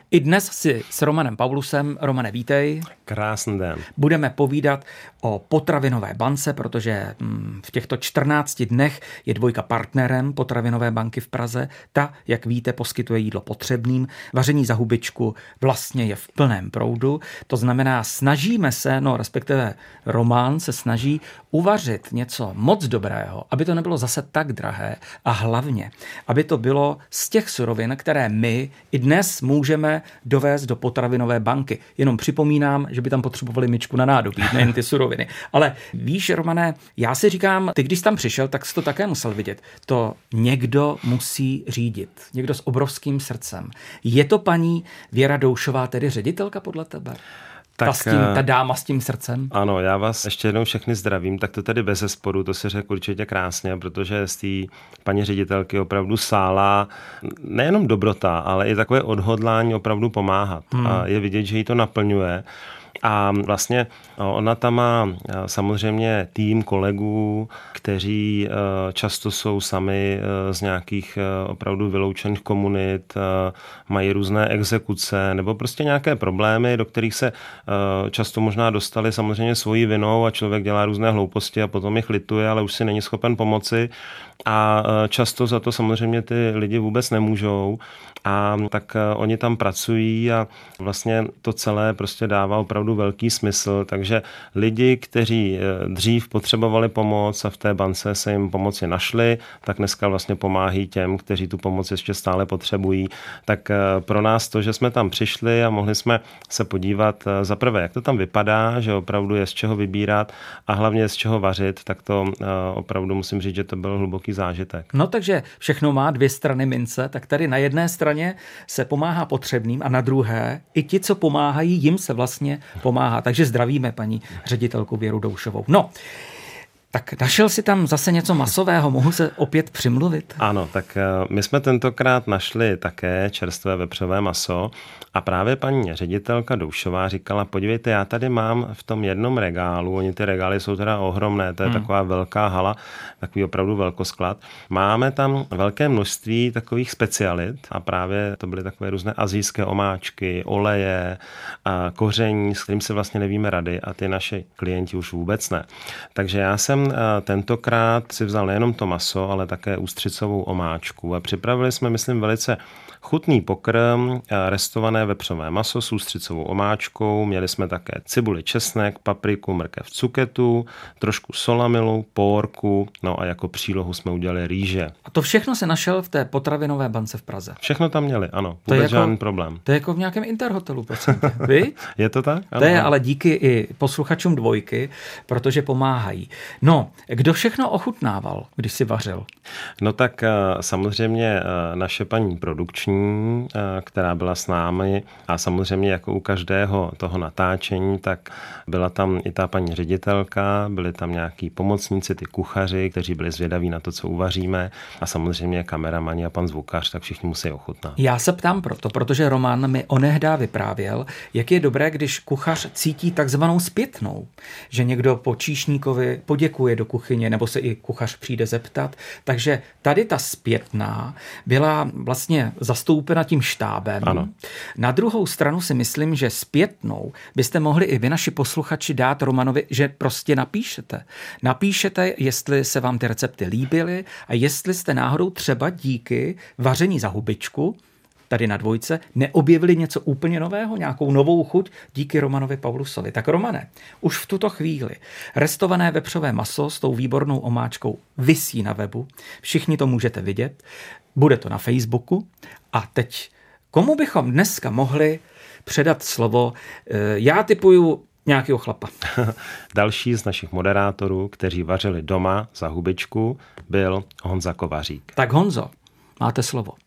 I dnes si s Romanem Paulusem, Romane, vítej. Krásný den. Budeme povídat o potravinové bance, protože v těchto 14 dnech je Dvojka partnerem potravinové banky v Praze. Ta, jak víte, poskytuje jídlo potřebným. Vaření za hubičku vlastně je v plném proudu. To znamená, snažíme se, respektive Roman se snaží uvařit něco moc dobrého, aby to nebylo zase tak drahé a hlavně, aby to bylo z těch surovin, které my i dnes můžeme dovést do potravinové banky. Jenom připomínám, že by tam potřebovali myčku na nádobí, nejen ty suroviny. Ale víš, Romane, já si říkám, ty když jsi tam přišel, tak jsi to také musel vidět. To někdo musí řídit. Někdo s obrovským srdcem. Je to paní Věra Doušová, tedy ředitelka podle tebe? Ta dáma s tím srdcem? Ano, já vás ještě jednou všechny zdravím, tak to tedy bezesporu, to si řekl určitě krásně, protože z té paní ředitelky opravdu sála nejenom dobrota, ale i takové odhodlání opravdu pomáhat. A je vidět, že jí to naplňuje. A vlastně ona tam má samozřejmě tým kolegů, kteří často jsou sami z nějakých opravdu vyloučených komunit, mají různé exekuce nebo prostě nějaké problémy, do kterých se často možná dostali samozřejmě svojí vinou a člověk dělá různé hlouposti a potom jich lituje, ale už si není schopen pomoci. A často za to samozřejmě ty lidi vůbec nemůžou. A tak oni tam pracují a vlastně to celé prostě dává opravdu velký smysl. Takže lidi, kteří dřív potřebovali pomoc a v té bance se jim pomoci našli, tak dneska vlastně pomáhají těm, kteří tu pomoc ještě stále potřebují. Tak pro nás to, že jsme tam přišli a mohli jsme se podívat za prvé, jak to tam vypadá, že opravdu je z čeho vybírat a hlavně z čeho vařit, tak to opravdu musím říct, že to byl hluboký zážitek. No takže všechno má dvě strany mince, tak tady na jedné straně se pomáhá potřebným a na druhé i ti, co pomáhají, jim se vlastně pomáhá. Takže zdravíme paní ředitelku Věru Doušovou. No, tak našel si tam zase něco masového, mohu se opět přimluvit? Ano, tak my jsme tentokrát našli také čerstvé vepřové maso a právě paní ředitelka Doušová říkala, podívejte, já tady mám v tom jednom regálu, oni ty regály jsou teda ohromné, to je taková velká hala, takový opravdu velkosklad. Máme tam velké množství takových specialit a právě to byly takové různé asijské omáčky, oleje, a koření, s kterým se vlastně nevíme rady a ty naši klienti už vůbec ne. Takže já jsem tentokrát si vzal nejenom to maso, ale také ústřicovou omáčku a připravili jsme, myslím, velice chutný pokrm, restované vepřové maso s ústřicovou omáčkou, měli jsme také cibuli, česnek, papriku, mrkev, cuketu, trošku solamilu, pórku, no a jako přílohu jsme udělali rýže. A to všechno se našel v té potravinové bance v Praze? Všechno tam měli, ano, vůbec žádný problém. To je jako v nějakém interhotelu, prosím tě. Vy? Je to tak? Ano. To je ale díky i posluchačům Dvojky, protože pomáhají. No, kdo všechno ochutnával, když si vařil? No tak samozřejmě naše paní produkční, která byla s námi a samozřejmě jako u každého toho natáčení, tak byla tam i ta paní ředitelka, byli tam nějaký pomocníci, ty kuchaři, kteří byli zvědaví na to, co uvaříme a samozřejmě kameramani a pan zvukař, tak všichni musí ochutnat. Já se ptám protože Roman mi onehdá vyprávěl, jak je dobré, když kuchař cítí takzvanou zpětnou, že někdo po číšníkovi poděkuje do kuchyně nebo se i kuchař přijde zeptat. Takže tady ta zpětná byla vlastně zastoupena tím štábem. Ano. Na druhou stranu si myslím, že zpětnou byste mohli i vy, naši posluchači, dát Romanovi, že prostě napíšete. Napíšete, jestli se vám ty recepty líbily a jestli jste náhodou třeba díky vaření za hubičku tady na Dvojce neobjevili něco úplně nového, nějakou novou chuť díky Romanovi Paulusovi. Tak Romane, už v tuto chvíli restované vepřové maso s tou výbornou omáčkou visí na webu. Všichni to můžete vidět. Bude to na Facebooku. A teď, komu bychom dneska mohli předat slovo? Já tipuju nějakého chlapa. Další z našich moderátorů, kteří vařili doma za hubičku, byl Honza Kovařík. Tak Honzo, máte slovo.